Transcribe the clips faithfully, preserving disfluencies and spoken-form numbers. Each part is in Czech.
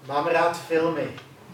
Mám rád filmy.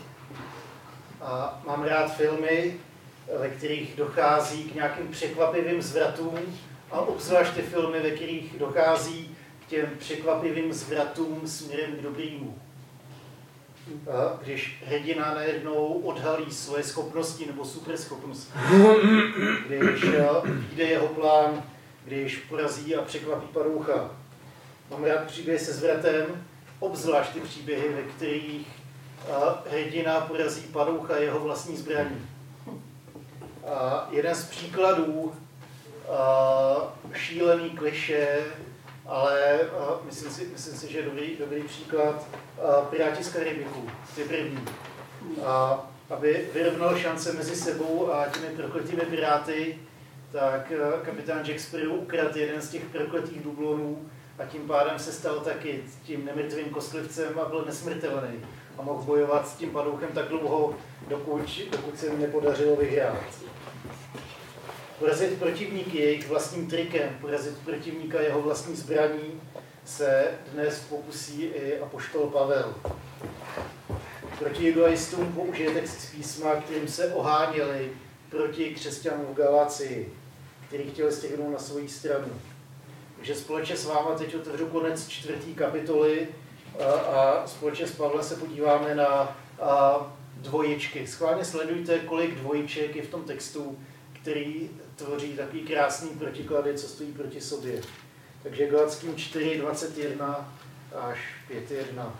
A mám rád filmy, ve kterých dochází k nějakým překvapivým zvratům a obzvlášť ty filmy, ve kterých dochází k těm překvapivým zvratům směrem k dobrýmu. A když hrdina najednou odhalí svoje schopnosti nebo superschopnosti, když jde jeho plán, když porazí a překvapí padoucha. Mám rád příběhy se zvratem, obzvlášť ty příběhy, ve kterých a hrdina porazí padoucha jeho vlastní zbraní. A jeden z příkladů, a šílený klišé, ale a myslím, si, myslím si, že je dobrý, dobrý příklad, a Piráti z Karibiku, ty první. A aby vyrovnal šance mezi sebou a těmi prokletými piráty, tak kapitán Jack Sparrow ukradl jeden z těch prokletých dublonů a tím pádem se stal taky tím nemrtvým kostlivcem a byl nesmrtelný. A mohl bojovat s tím padouchem tak dlouho, dokud, dokud se jim nepodařilo vyhrát. Porazit protivníky jejich vlastním trikem, porazit protivníka jeho vlastní zbraní se dnes pokusí i apoštol Pavel. Proti judaistům použije text z písma, kterým se oháněli proti křesťanům v Galácii, který chtěli stihnout na svoji stranu. Takže společně s váma teď otevřu konec čtvrtý kapitoly a, a společně s Pavlem se podíváme na a, dvojičky. Schválně sledujte, kolik dvojiček je v tom textu, který tvoří takový krásný protiklady, co stojí proti sobě. Takže Galatským čtyři, dvacet jedna až pět jedna.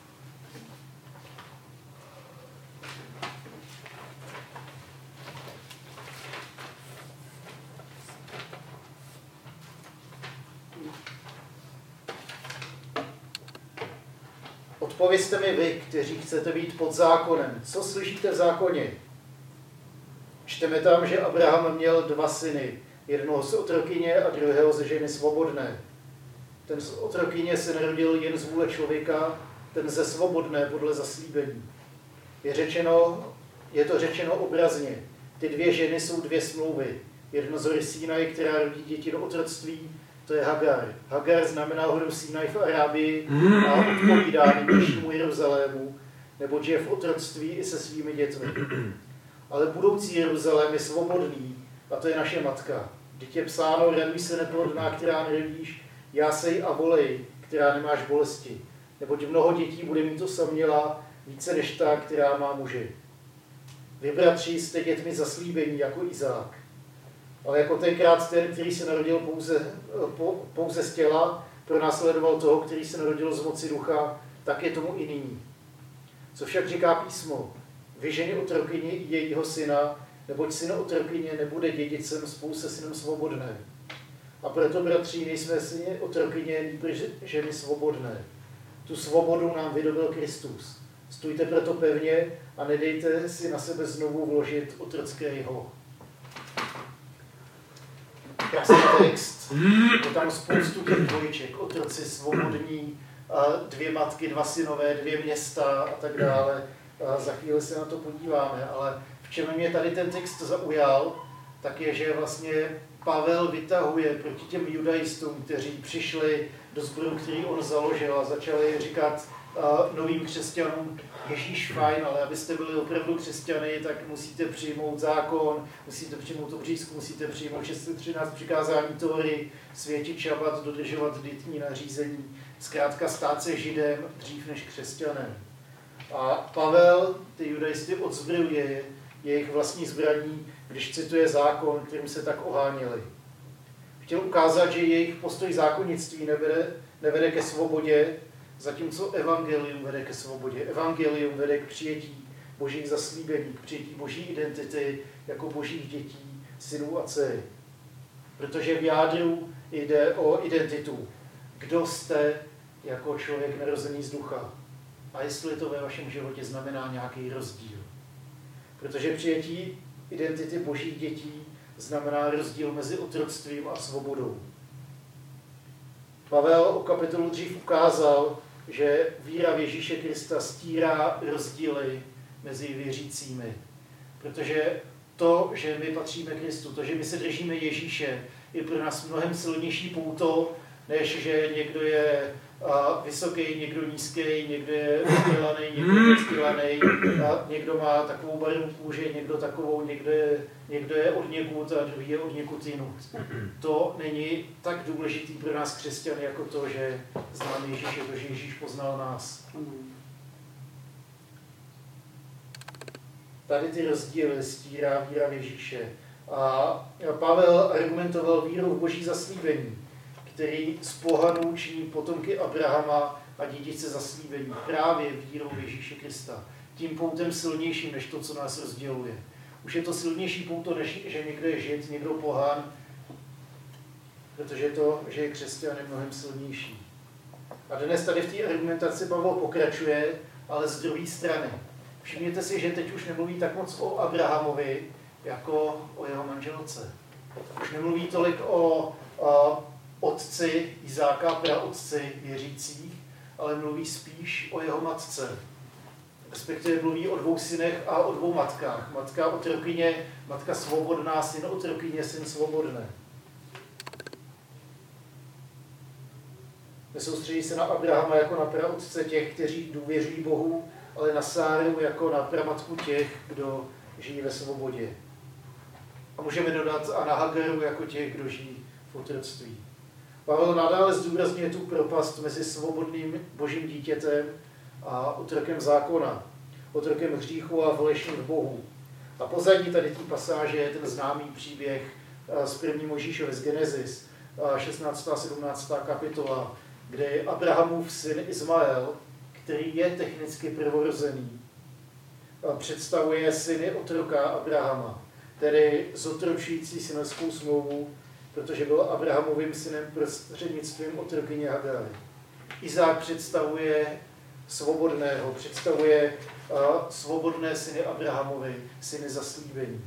Odpovězte mi vy, kteří chcete být pod zákonem. Co slyšíte v zákoně? Čteme tam, že Abraham měl dva syny, jednoho z otrokyně a druhého ze ženy svobodné. Ten z otrokyně se narodil jen z vůle člověka, ten ze svobodné podle zaslíbení. Je, řečeno, je to řečeno obrazně. Ty dvě ženy jsou dvě smlouvy. Jedna z hory Sinaj, která rodí děti do otroctví, to je Hagar. Hagar znamená horu Sinaj v Arábii a odpovídá nynějšímu Jeruzalému, neboť je v otroctví i se svými dětmi. Ale budoucí Jeruzalém je svobodný a to je naše matka. Vždyť je psáno, raduj se neplodná, která nerodíš, jásej a volej, která nemáš bolesti. Neboť mnoho dětí bude mít osamělá více než ta, která má muže. Vy, bratři, jste dětmi zaslíbení jako Izák. Ale jako tenkrát ten, který se narodil pouze, pouze z těla, pronásledoval toho, který se narodil z moci ducha, tak je tomu i nyní. Co však říká písmo? Vy ženy otrokyni jejího syna, neboť syn otrokyně nebude dědicem spolu se synem svobodné. A proto, bratři, nejsme syny otrokyně, nýbrž ženy svobodné. Tu svobodu nám vydobil Kristus. Stůjte proto pevně a nedejte si na sebe znovu vložit otrocké jho. Krásný text. Je tam spoustu těch dvojiček. Otroci svobodní, dvě matky, dva synové, dvě města a tak dále. A za chvíli se na to podíváme, ale v čem mě tady ten text zaujal, tak je, že vlastně Pavel vytahuje proti těm judaistům, kteří přišli do sboru, který on založil a začali říkat uh, novým křesťanům, Ježíš fajn, ale abyste byli opravdu křesťany, tak musíte přijmout zákon, musíte přijmout obřízku, musíte přijmout šest set třináct přikázání Tóry, světit šabat, dodržovat dietní nařízení, zkrátka stát se Židem dřív než křesťanem. A Pavel ty judaisty odzbrojuje jejich vlastní zbraní, když cituje zákon, kterým se tak oháněli. Chtěl ukázat, že jejich postoj zákonnictví nevede, nevede ke svobodě, zatímco evangelium vede ke svobodě. Evangelium vede k přijetí božích zaslíbení, k přijetí boží identity jako božích dětí, synů a dcery. Protože v jádru jde o identitu. Kdo jste jako člověk narozený z ducha? A jestli to ve vašem životě znamená nějaký rozdíl. Protože přijetí identity božích dětí znamená rozdíl mezi otroctvím a svobodou. Pavel o kapitolu dřív ukázal, že víra v Ježíše Krista stírá rozdíly mezi věřícími. Protože to, že my patříme Kristu, to, že my se držíme Ježíše, je pro nás mnohem silnější pouto, než že někdo je a, vysoký, někdo nízký, někdo je vzdělaný, někdo je nevzdělaný, a někdo má takovou barvu kůže, někdo takovou, někdo je, někdo je od někud a druhý je od někud jinut. To není tak důležitý pro nás křesťany, jako to, že známe Ježíše, to, že Ježíš poznal nás. Tady ty rozdíly stírá víra v Ježíše. A Pavel argumentoval vírou v boží zaslíbení, který z pohanů činí potomky Abrahama a dědice zaslíbení. Právě vírou v Ježíše Krista. Tím poutem silnějším, než to, co nás rozděluje. Už je to silnější pouto, než že někdo je žid, někdo pohan, protože to, že je křesťan, je mnohem silnější. A dnes tady v té argumentaci Pavel pokračuje, ale z druhé strany. Všimněte si, že teď už nemluví tak moc o Abrahamovi, jako o jeho manželce. Už nemluví tolik o, o otci Izáka, praotci věřících, ale mluví spíš o jeho matce. Respektive mluví o dvou synech a o dvou matkách. Matka otrokyně, matka svobodná, syn otrokyně, syn svobodné. Nesoustředí se na Abrahama jako na praotce těch, kteří důvěří Bohu, ale na Sáru jako na pramatku těch, kdo žijí ve svobodě. A můžeme dodat a na Hagaru jako těch, kdo žijí v otroctví. Pavel nadále zdůrazňuje tu propast mezi svobodným božím dítětem a otrokem zákona, otrokem hříchu a falešných bohů. A pozadí tady té pasáže je ten známý příběh z první Mojžíšovy z Genesis, šestnáctá a sedmnáctá kapitola, kde Abrahamův syn Izmael, který je technicky prvorozený, představuje syny otroka Abrahama, tedy zotročující synovskou smlouvu, protože byl Abrahamovým synem prostřednictvím otrokyně Hagary. Izák představuje svobodného, představuje uh, svobodné syny Abrahamovi, syny zaslíbení.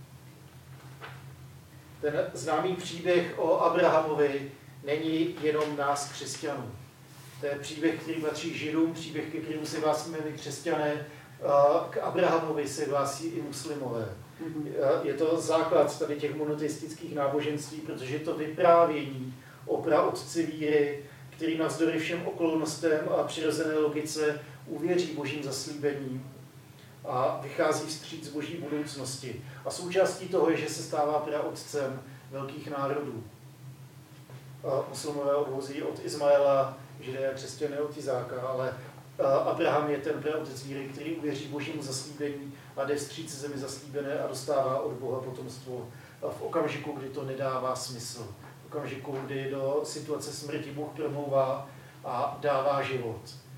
Ten známý příběh o Abrahamovi není jenom nás křesťanů. To je příběh, který patří Židům, příběh, ke kterému se hlásíme my křesťané, k Abrahamovi se hlásí i muslimové. Je to základ tady těch monoteistických náboženství, protože je to vyprávění o praotci víry, který navzdory všem okolnostem a přirozené logice uvěří božím zaslíbením a vychází vstříc boží budoucnosti. A součástí toho je, že se stává praotcem velkých národů. A muslimové odvozí od Izmaela, Židé a křesťané od Izáka, ale Abraham je ten praotec víry, který uvěří božímu zaslíbení a jde vstříc zemi zaslíbené a dostává od Boha potomstvo v okamžiku, kdy to nedává smysl. V okamžiku, kdy do situace smrti Bůh promlouvá a dává život.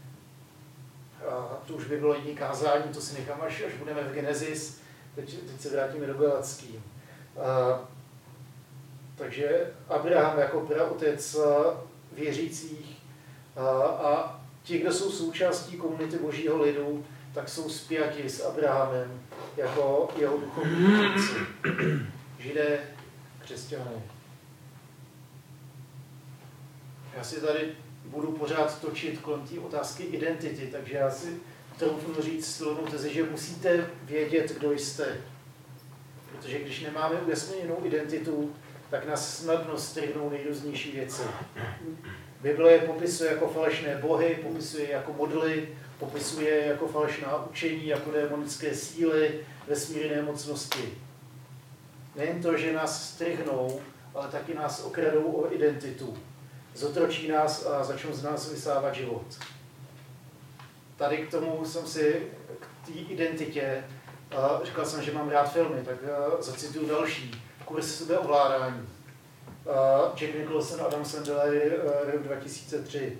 A to už by bylo jiný kázání, to si nechám, až, až budeme v Genesis. Teď, teď se vrátíme do Galackým. A, takže Abraham jako praotec věřících a, a ti, kdo jsou součástí komunity božího lidu, tak jsou spjati s Abrahamem jako jeho duchovní otci. Židé, křesťané. Já si tady budu pořád točit kolem té otázky identity, takže já si troufnu říct slovnou tezi, že musíte vědět, kdo jste. Protože když nemáme ujasněnou identitu, tak nás snadno strhnou nejrůznější věci. Bible je popisuje jako falešné bohy, popisuje jako modly, popisuje jako falešná učení, jako démonické síly, vesmírné mocnosti. Nejen to, že nás strhnou, ale taky nás okradou o identitu. Zotročí nás a začnou z nás vysávat život. Tady k tomu jsem si, k té identitě, říkal jsem, že mám rád filmy, tak zacituju další. Kurz sebeovládání. Jack Nicholson, Adam Sandler, rok dva tisíce tři.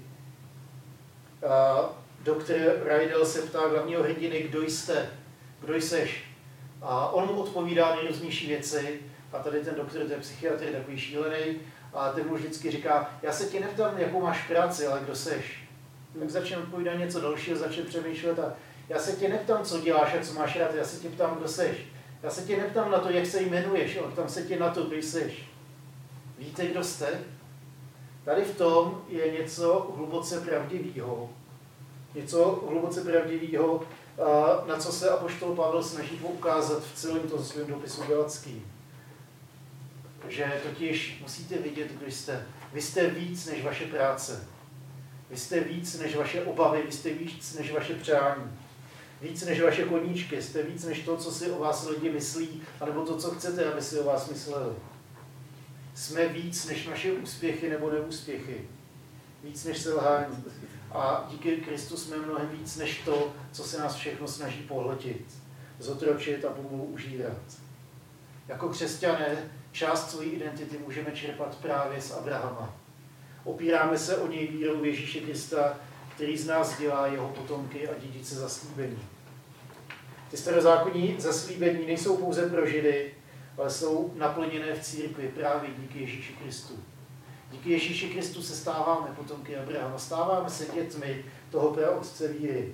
Doktor Rydell se ptá hlavního hrdiny, kdo jste, kdo jseš. A on mu odpovídá nejrůznější věci. A tady ten doktor, ten psychiatr, je takový šílený. A ten mu vždycky říká, já se tě neptám, jakou máš práci, ale kdo seš. Tak začne odpovídat něco dalšího, začne přemýšlet a já se tě neptám, co děláš a co máš rád, já se tě ptám, kdo seš. Já se tě neptám na to, jak se jmenuješ, ale ptám se tě na to, kdo seš. Víte, kdo jste? Tady v tom je něco hluboce pravdivého. Něco hluboce pravdivého, na co se apoštol Pavel snaží poukázat v celém tom svém dopisu Galackým. že totiž musíte vidět, kdo jste. Vy jste víc než vaše práce. Vy jste víc než vaše obavy, vy jste víc než vaše přání. Víc než vaše koníčky, jste víc než to, co si o vás lidi myslí, anebo to, co chcete, aby si o vás mysleli. Jsme víc než naše úspěchy nebo neúspěchy. Víc než selhání. A díky Kristu jsme mnohem víc než to, co se nás všechno snaží pohltit, zotročit a pomalu užírat. Jako křesťané část své identity můžeme čerpat právě z Abrahama. Opíráme se o něj vírou v Ježíše Krista, který z nás dělá jeho potomky a dědice zaslíbení. Ty starozákonní zaslíbení nejsou pouze pro Židy, ale jsou naplněné v církvi právě díky Ježíši Kristu. Díky Ježíši Kristu se stáváme potomky Abrahama, stáváme se dětmi toho praotce víry.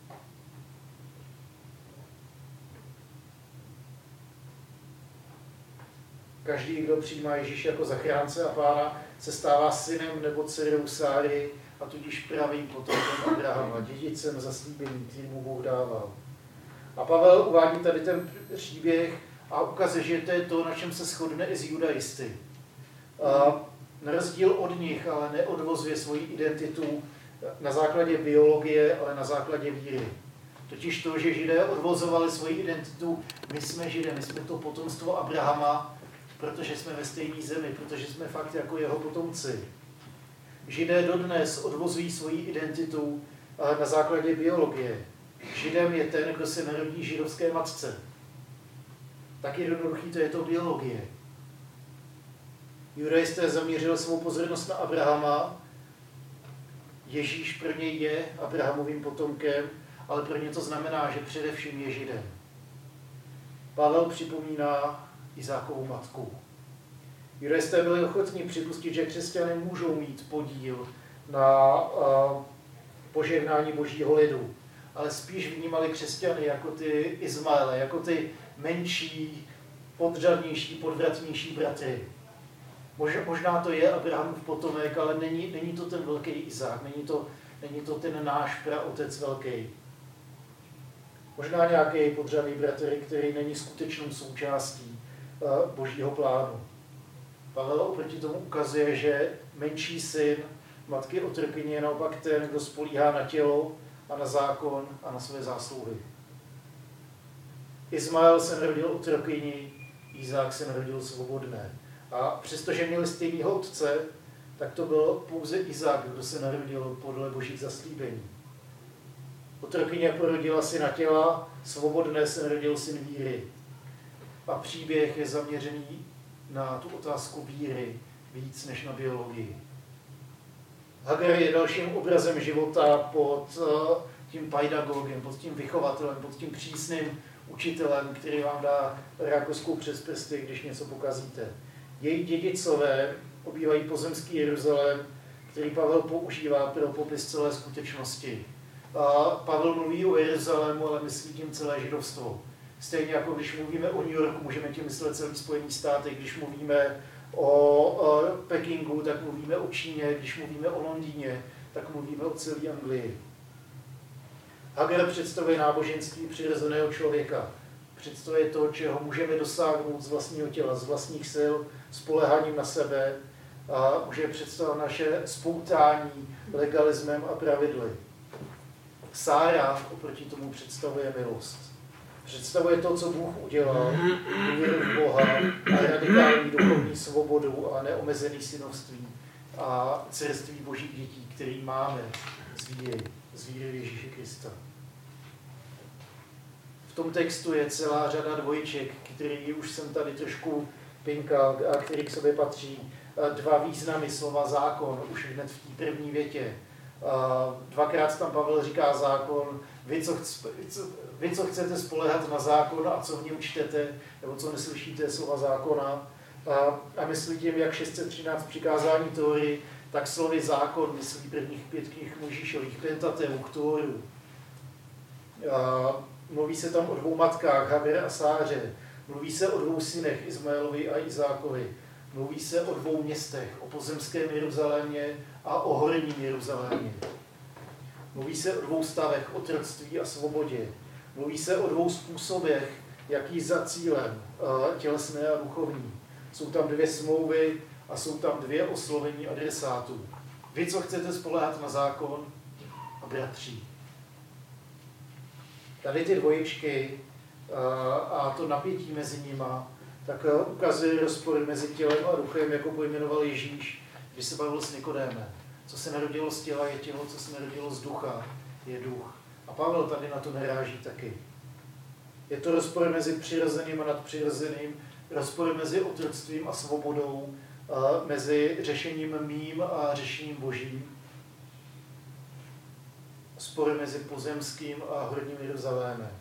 Každý, kdo přijímá Ježíše jako zachránce a pána, se stává synem nebo dcerou Sáry a tudíž pravým potomkem Abrahama, dědicem zaslíbení, který mu Bůh dával. A Pavel uvádí tady ten příběh a ukazuje, že to je to, na čem se shodne i s judaisty. A na rozdíl od nich, ale neodvozuje svoji identitu na základě biologie, ale na základě víry. Totiž to, že Židé odvozovali svoji identitu, my jsme Židé, my jsme to potomstvo Abrahama, protože jsme ve stejné zemi, protože jsme fakt jako jeho potomci. Židé dodnes odvozují svoji identitu na základě biologie. Židem je ten, kdo se narodí židovské matce. Tak jednoduchý to je to biologie. Judaisté zaměřili svou pozornost na Abrahama. Ježíš pro něj je Abrahamovým potomkem, ale pro ně to znamená, že především je Židem. Pavel připomíná Izákovu matku. Judaisté byli ochotní připustit, že křesťané můžou mít podíl na uh, požehnání božího lidu, ale spíš vnímali křesťany jako ty Izmaele, jako ty menší, podřadnější, podvratnější bratry. Možná to je Abrahamův potomek, ale není, není to ten velký Izák, není to, není to ten náš praotec velký. Možná nějaký podřadný bratr, který není skutečnou součástí uh, božího plánu. Pavel oproti tomu ukazuje, že menší syn matky otrokyně je naopak ten, kdo spolíhá na tělo a na zákon a na své zásluhy. Izmael se narodil otrokyni, Izák se narodil svobodné. A přestože měli stejného otce, tak to byl pouze Izák, kdo se narodil podle božích zaslíbení. Otrokyně porodila syna těla, svobodné se narodil syn víry. A příběh je zaměřený na tu otázku víry víc než na biologii. Hagar je dalším obrazem života pod tím pedagogem, pod tím vychovatelem, pod tím přísným učitelem, který vám dá rákoskou přes prsty, když něco pokazíte. Její dědicové obývají pozemský Jeruzalém, který Pavel používá pro popis celé skutečnosti. A Pavel mluví o Jeruzalému, ale myslí tím celé židovstvo. Stejně jako když mluvíme o New Yorku, můžeme tím myslet celý Spojený státy, když mluvíme o, o Pekingu, tak mluvíme o Číně, když mluvíme o Londýně, tak mluvíme o celé Anglii. Hagar představuje náboženství přirozeného člověka. Představuje to, čeho můžeme dosáhnout z vlastního těla, z vlastních sil, spoléháním na sebe a může představovat naše spoutání legalismem a pravidly. Sára oproti tomu představuje milost. Představuje to, co Bůh udělal, důvěru v Boha a radikální duchovní svobodu a neomezený synovství a dcerství božích dětí, který máme z víry, z víry Ježíše Krista. V tom textu je celá řada dvojček, který už jsem tady trošku pinkal a který k sobě patří. Dva významy slova zákon už hned v té první větě. Dvakrát tam Pavel říká zákon, vy co, vy, co chcete spoléhat na zákon a co v něm čtete, nebo co neslyšíte slova zákona. A, a myslí tím, jak šest set třináct přikázání Tóry, tak slovy zákon myslí prvních pět knih Mojžíšových, Pentateuk, Tóru. A mluví se tam o dvou matkách, Hagar a Sáře. Mluví se o dvou synech, Izmaelovi a Izákovi. Mluví se o dvou městech, o pozemském Jeruzalémě a o horním Jeruzalémě. Mluví se o dvou stavech, otroctví a svobodě. Mluví se o dvou způsobech, jak jít za cílem, tělesné a duchovní. jsou tam dvě smlouvy a jsou tam dvě oslovení adresátů. Vy, co chcete spoléhat na zákon, a bratří. Tady ty dvojičky a to napětí mezi nima, tak ukazuje rozpor mezi tělem a duchem, jako pojmenoval Ježíš, když se bavil s Nikodémem. Co se narodilo z těla je tělo, co se narodilo z ducha je duch. A Pavel tady na to naráží taky. Je to rozpor mezi přirozeným a nadpřirozeným, rozpor mezi otroctvím a svobodou, a mezi řešením mým a řešením božím. Spor mezi pozemským a horním Jeruzalémem.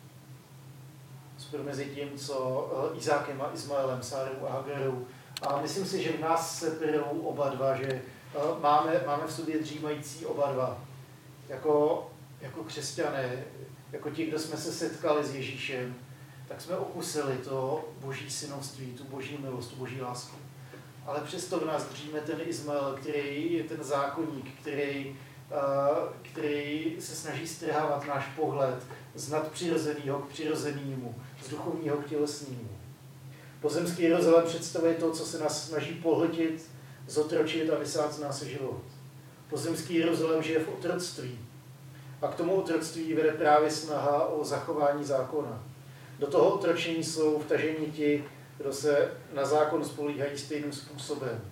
Spor mezi tím, co Izákem a Izmaelem, Sárou a Hagarou. A myslím si, že v nás se perou oba dva, že máme, máme v sobě dřímající oba dva. Jako, jako křesťané, jako ti, kdo jsme se setkali s Ježíšem, tak jsme okusili to boží synovství, tu boží milost, tu boží lásku. Ale přesto v nás dříme ten Izmael, který je ten zákonník, který, který se snaží strhávat náš pohled z nadpřirozeného k přirozenému, z duchovního k tělesnému. Pozemský Jeruzalém představuje to, co se nás snaží pohltit, zotročit a vysát z nás život. Pozemský Jeruzalém žije v otroctví. A k tomu otroctví vede právě snaha o zachování zákona. Do toho otročení jsou vtaženi ti, kdo se na zákon spolíhají stejným způsobem.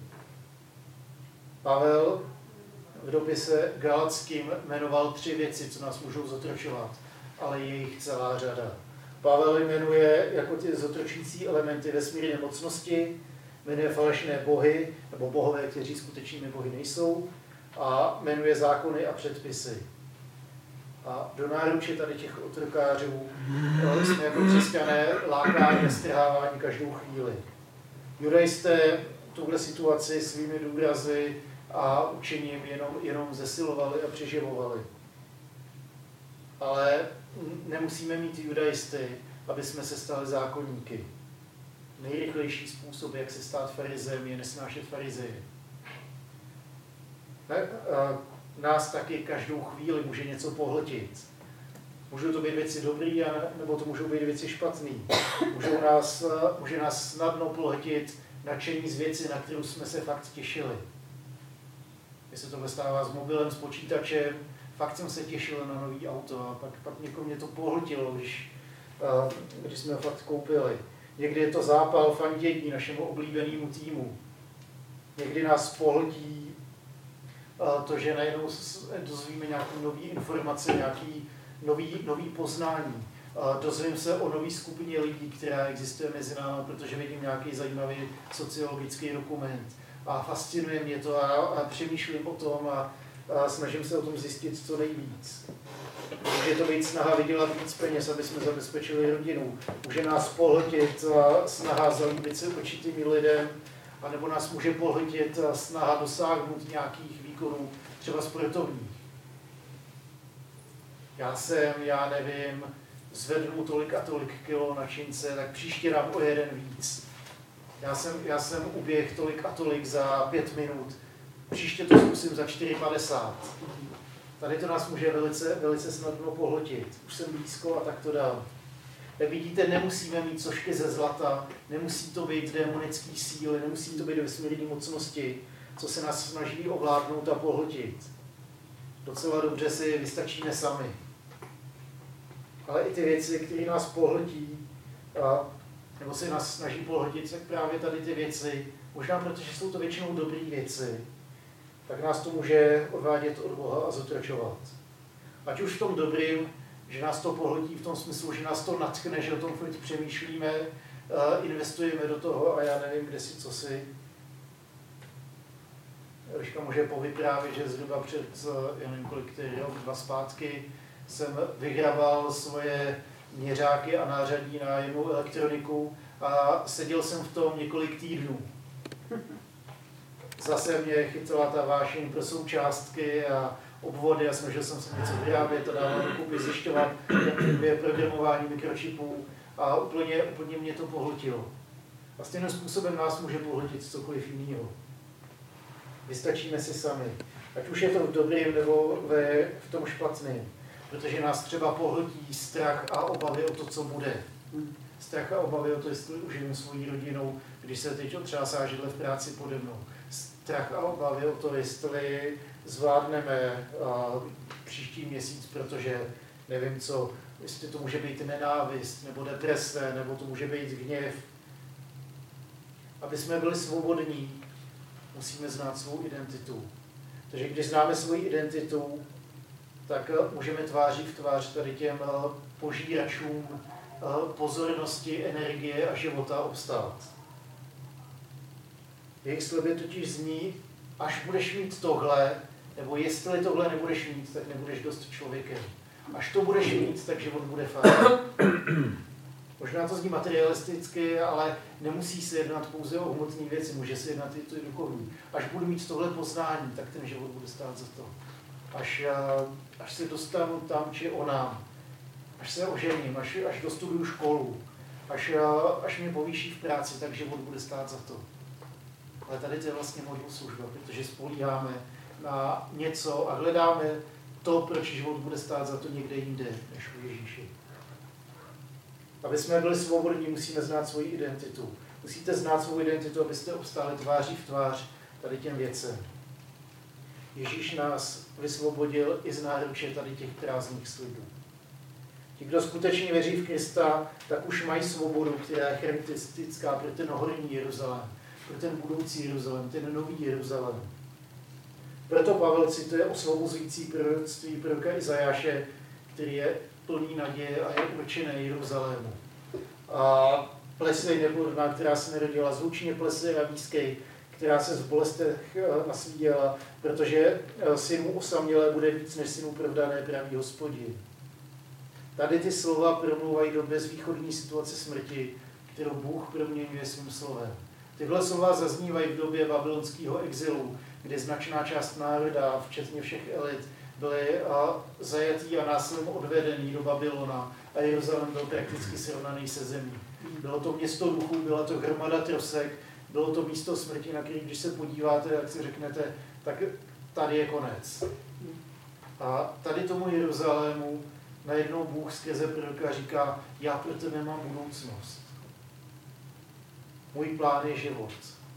Pavel v dopise Galackým jmenoval tři věci, co nás můžou zotročovat, ale je jich celá řada. Pavel jmenuje jako ty zotročící elementy vesmírné mocnosti, jmenuje falešné bohy, nebo bohové, kteří skutečnými bohy nejsou, a jmenuje zákony a předpisy. A do náruče tady těch otrokářů jsme jako křesťané lákáni a strháváni každou chvíli. Judajisté tuhle situaci svými důrazy a učením jenom, jenom zesilovali a přeživovali. Ale nemusíme mít judajisty, aby jsme se stali zákonníky. Nejrychlejší způsob, jak se stát farizem, je nesnášet farizeje. Nás taky každou chvíli může něco pohltit. Můžou to být věci dobrý, nebo to můžou být věci špatný. Můžou nás, může nás snadno pohltit nadšení z věci, na kterou jsme se fakt těšili. Mně se to stává s mobilem, s počítačem. Fakt jsem se těšil na nový auto a pak, pak někoho mě to pohltilo, když, když jsme ho fakt koupili. Někdy je to zápal fandění našemu oblíbenému týmu. Někdy nás pohltí to, že najednou dozvíme nějakou nový informace, nějaký nový, nový poznání. Dozvím se o nový skupině lidí, která existuje mezi námi, protože vidím nějaký zajímavý sociologický dokument. A fascinuje mě to a, a přemýšlím o tom a, a snažím se o tom zjistit co nejvíc. Může to být snaha vydělat víc peněz, aby jsme zabezpečili rodinu. Může nás pohltit snaha zalíbit se určitým lidem, anebo nás může pohltit snaha dosáhnout nějakých výkonů, třeba sportovních. Já jsem, já nevím, zvednu tolik a tolik kilo na čince, tak příště dám o jeden víc. Já jsem, já jsem uběh tolik a tolik za pět minut, příště to zkusím za čtyři padesát. Tady to nás může velice, velice snadno pohltit. Už jsem blízko a tak to dál. Jak vidíte, nemusíme mít sošky ze zlata, nemusí to být démonický síly, nemusí to být vesmírné mocnosti, co se nás snaží ovládnout a pohltit. Docela dobře si vystačíme sami. Ale i ty věci, které nás pohltí, a, nebo se nás snaží pohltit, tak právě tady ty věci, možná protože jsou to většinou dobré věci, tak nás to může odvádět od Boha a zotročovat. Ať už v tom dobrým, že nás to pohltí v tom smyslu, že nás to nadchne, že o tom furt přemýšlíme, investujeme do toho a já nevím, kde si, co si. Eliška může povyprávět, že zhruba před, já nevím kolik, rok, dva zpátky, jsem vyhrabal svoje měřáky a nářadí na jemnou elektroniku a seděl jsem v tom několik týdnů. Zase mě chytla ta vášeň pro součástky a obvody a snažil jsem se něco vyrábět a dávat dokupy, zjišťovat, jak je programování mikročipů a úplně, úplně mě to pohltilo. A stejným způsobem nás může pohltit cokoliv jiného. Vystačíme si sami. Ať už je to v dobrým nebo ve, v tom špatném. Protože nás třeba pohltí strach a obavy o to, co bude. Strach a obavy o to, jestli uživím svojí rodinou, když se teď otřásá židle v práci pode mnou. Strach a obavy o to, jestli zvládneme uh, příští měsíc, protože nevím co, jestli to může být nenávist, nebo deprese, nebo to může být hněv. Aby jsme byli svobodní, musíme znát svou identitu. Takže když známe svoji identitu, tak můžeme tváří v tvář tady těm požíračům pozornosti, energie a života obstát. Jejich slově totiž zní, až budeš mít tohle, nebo jestli tohle nebudeš mít, tak nebudeš dost člověkem. Až to budeš mít, tak život bude fajn. Možná to zní materialisticky, ale nemusí se jednat pouze o hmotné věci, může se jednat i to i duchovní. Až budu mít tohle poznání, tak ten život bude stát za to. Až, až se dostanu tam či onám, až se ožením, až, až dostuduju školu, až, až mě povýší v práci, tak život bude stát za to. Ale tady to je vlastně modul služba, protože spolíháme na něco a hledáme to, proč život bude stát za to někde jinde, než u Ježíši. Aby jsme byli svobodní, musíme znát svoji identitu. Musíte znát svou identitu, abyste obstáli tváří v tvář tady těm věcem. Ježíš nás vysvobodil i z náruče tady těch prázdných slibů. Ti, kdo skutečně věří v Krista, tak už mají svobodu, která je charakteristická pro ten horní Jeruzalém, pro ten budoucí Jeruzalém, ten nový Jeruzalém. Proto Pavel cituje osvobozující proroctví proroka Izajáše, který je plný naděje a je určený Jeruzalému. A Plesej neplodná, která se narodila, zvučně Plesej Ravískej, která se v bolestech nasvíjela, protože synů osamělé bude víc než synů provdané, pravý Hospodin. Tady ty slova promluvají do bezvýchodní situace smrti, kterou Bůh proměňuje svým slovem. Tyhle slova zaznívají v době babylonského exilu, kdy značná část národa, včetně všech elit, byli zajatí a násilím odvedený do Babylona a Jeruzalém byl prakticky srovnaný se zemí. Bylo to město duchů, byla to hromada trosek, bylo to místo smrti, na který, když se podíváte, jak si řeknete, tak tady je konec. A tady tomu Jeruzalému najednou Bůh skrze proroka říká, já pro tebe mám budoucnost. Můj plán je život.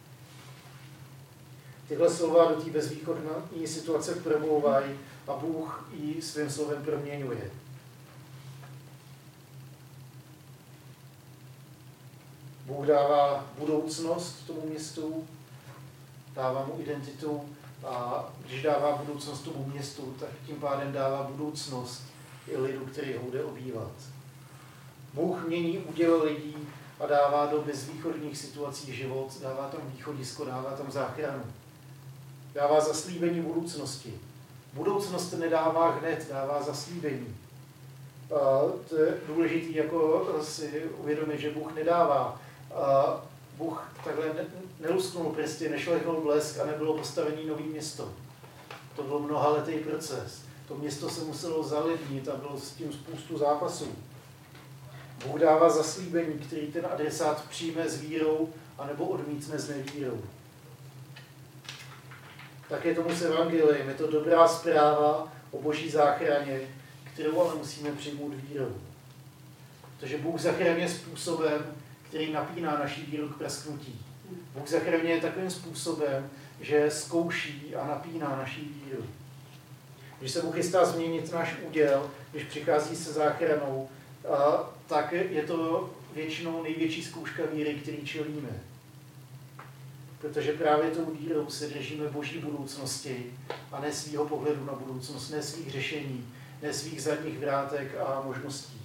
Tyhle slova do té bezvýchodné situace promlouvají a Bůh ji svým slovem proměňuje. Bůh dává budoucnost tomu městu, dává mu identitu a když dává budoucnost tomu městu, tak tím pádem dává budoucnost i lidu, který ho bude obývat. Bůh mění úděl lidí a dává do bezvýchodných situací život, dává tam východisko, dává tam záchranu. Dává zaslíbení budoucnosti. Budoucnost nedává hned, dává zaslíbení. A to je důležité jako si uvědomit, že Bůh nedává. A Bůh takhle nelusknul prsty, nešlehnul blesk a nebylo postavení nový město. To byl mnohaletý proces. To město se muselo zalidnit a bylo s tím spoustu zápasů. Bůh dává zaslíbení, který ten adresát přijme s vírou anebo odmítne s nevírou. Tak je tomu s evangeliem. Je to dobrá zpráva o boží záchraně, kterou ale musíme přijmout vírou. Protože Bůh zachraňuje způsobem, který napíná naši víru k prasknutí. Bůh zachraňuje takovým způsobem, že zkouší a napíná naši víru. Když se Bůh chystá změnit náš úděl, když přichází se záchranou, a, tak je to většinou největší zkouška víry, který čelíme. Protože právě tou vírou se držíme boží budoucnosti a ne svýho pohledu na budoucnost, ne svých řešení, ne svých zadních vrátek a možností.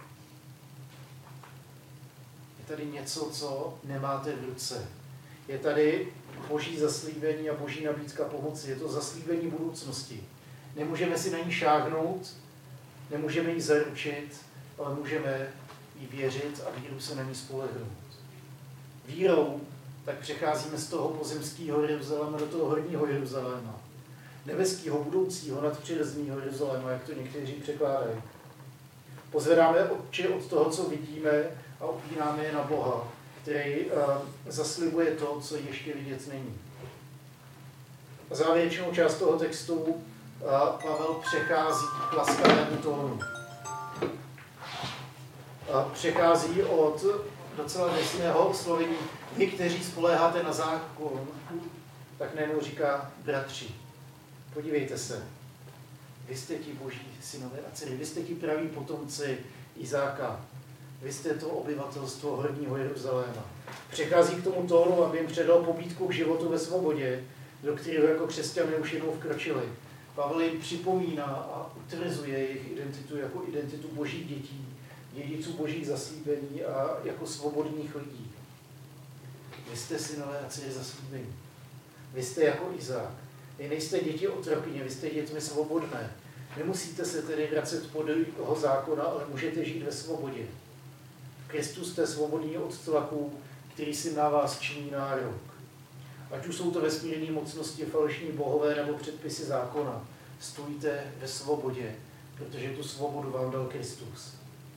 Je tady něco, co nemáte v ruce. Je tady boží zaslíbení a boží nabídka pomoci. Je to zaslíbení budoucnosti. Nemůžeme si na ní šáhnout, nemůžeme ji zaručit, ale můžeme jí věřit a víru se na ní spolehnout. Vírou tak přecházíme z toho pozemského Jeruzaléma do toho horního Jeruzaléma. Nebeského, budoucího, nadpřirozeného Jeruzaléma, jak to někteří překládají. Pozvedáme oči od toho, co vidíme a opínáme je na Boha, který uh, zaslibuje to, co ještě vidět není. A závěrečnou část toho textu uh, Pavel přechází k laskavému tónu. Uh, A přechází od docela drsného oslovení, vy, kteří spoléháte na zákon, tak najednou říká bratři. Podívejte se, vy jste ti boží synové a dcery, vy jste ti praví potomci Izáka, vy jste to obyvatelstvo horního Jeruzaléma. Přechází k tomu tónu, aby jim předal pobídku k životu ve svobodě, do kterého jako křesťané už jednou vkročili. Pavel jim připomíná a utvrzuje jejich identitu jako identitu božích dětí, dědiců božích zaslíbení a jako svobodných lidí. Vy jste synové a dcery zaslíbení. Vy jste jako Izák. Vy nejste děti otrokyně, vy jste dětmi svobodné. Nemusíte se tedy vracet pod jeho zákona, ale můžete žít ve svobodě. V Kristu jste svobodní od tlaku, který si na vás činí nárok. Ať už jsou to vesmírné mocnosti, falešní bohové nebo předpisy zákona, stojíte ve svobodě, protože tu svobodu vám dal Kristus.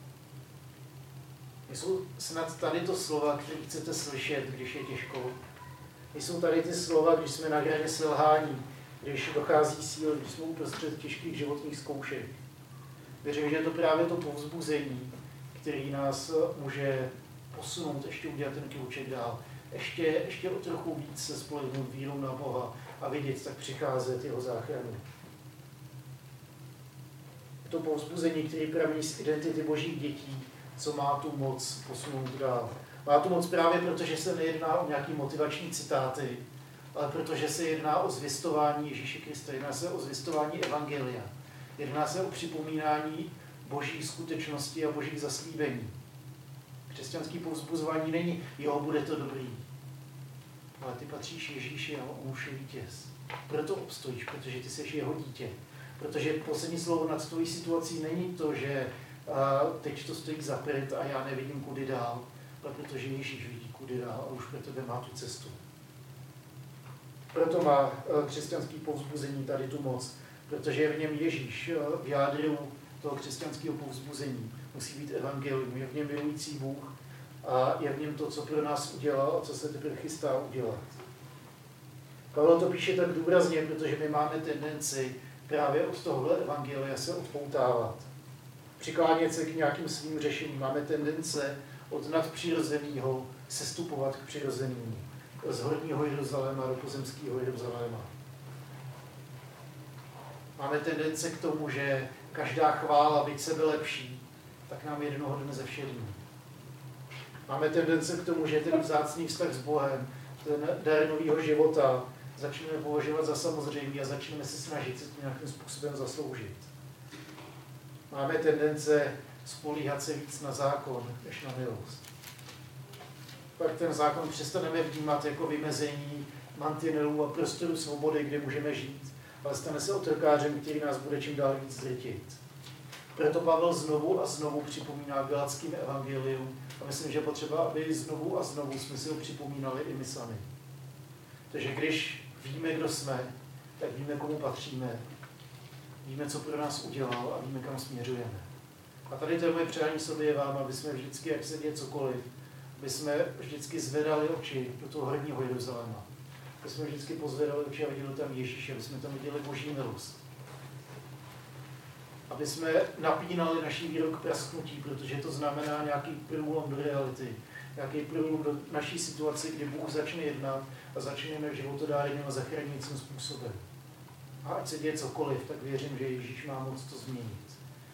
Jsou snad tady to slova, které chcete slyšet, když je těžko. Jsou tady ty slova, když jsme na hraně selhání, když dochází síl, když jsme uprostřed těžkých životních zkoušek. Věřím, že je to právě to povzbuzení, který nás může posunout, ještě udělat ten krůček dál. Ještě, ještě o trochu víc se spolehnout vírou na Boha a vidět tak přicházet jeho záchranu. To povzbuzení, který pramení z identity božích dětí, co má tu moc posunout dál. Má tu moc právě proto, že se nejedná o nějaké motivační citáty, ale protože se jedná o zvěstování Ježíše Krista, jedná se o zvěstování evangelia, jedná se o připomínání božích skutečností a božích zaslíbení. Křesťanský povzbuzování není, jo, bude to dobrý, ale ty patříš Ježíši a on už je vítěz. Proto obstojíš, protože ty jsi jeho dítě. Protože poslední slovo nad tvojí situací není to, že a teď to stojí za prd a já nevidím, kudy dál, ale protože Ježíš vidí, kudy dál a už pro tebe má tu cestu. Proto má křesťanský povzbuzení tady tu moc, protože je v něm Ježíš, v jádru toho křesťanského povzbuzení. Musí být evangelium, je v něm milující Bůh a je v něm to, co pro nás udělal a co se teprve chystá udělat. Pavel to píše tak důrazně, protože my máme tendenci právě od tohohle evangelia se odpoutávat. Přiklánět se k nějakým svým řešením. Máme tendence od nadpřirozeného sestupovat k přirozenému. Z horního Jeruzaléma do pozemského Jeruzaléma. Máme tendence k tomu, že každá chvála, byť sebe lepší, tak nám jednoho dne zevšední. Máme tendence k tomu, že ten vzácný vztah s Bohem, ten dar nového života, začneme považovat za samozřejmý a začneme se snažit se to nějakým způsobem zasloužit. Máme tendence spolíhat se víc na zákon, než na milost. Pak ten zákon přestaneme vnímat jako vymezení mantinelů a prostoru svobody, kde můžeme žít, ale stane se otrokářem, který nás bude čím dál víc drtit. Proto Pavel znovu a znovu připomíná galackým evangelium a myslím, že potřeba, aby znovu a znovu jsme si ho připomínali i my sami. Takže když víme, kdo jsme, tak víme, komu patříme, víme, co pro nás udělal a víme, kam směřujeme. A tady to je moje přání sobě vám, aby jsme vždycky, jak se děje cokoliv, aby jsme vždycky zvedali oči do toho horního Jeruzaléma. Aby jsme vždycky pozvedali oči a viděli tam Ježíše, aby jsme tam viděli boží milost. Aby jsme napínali naší víru k prasknutí, protože to znamená nějaký průlom do reality, nějaký průlom do naší situace, kdy Bůh začne jednat a začneme životodárným a zachraňujícím způsobem. A ať se děje cokoliv, tak věřím, že Ježíš má moc to změnit.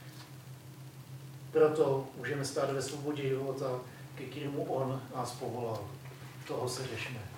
Proto můžeme stát ve svobodě života, ke kterému on nás povolal. Toho se řešme.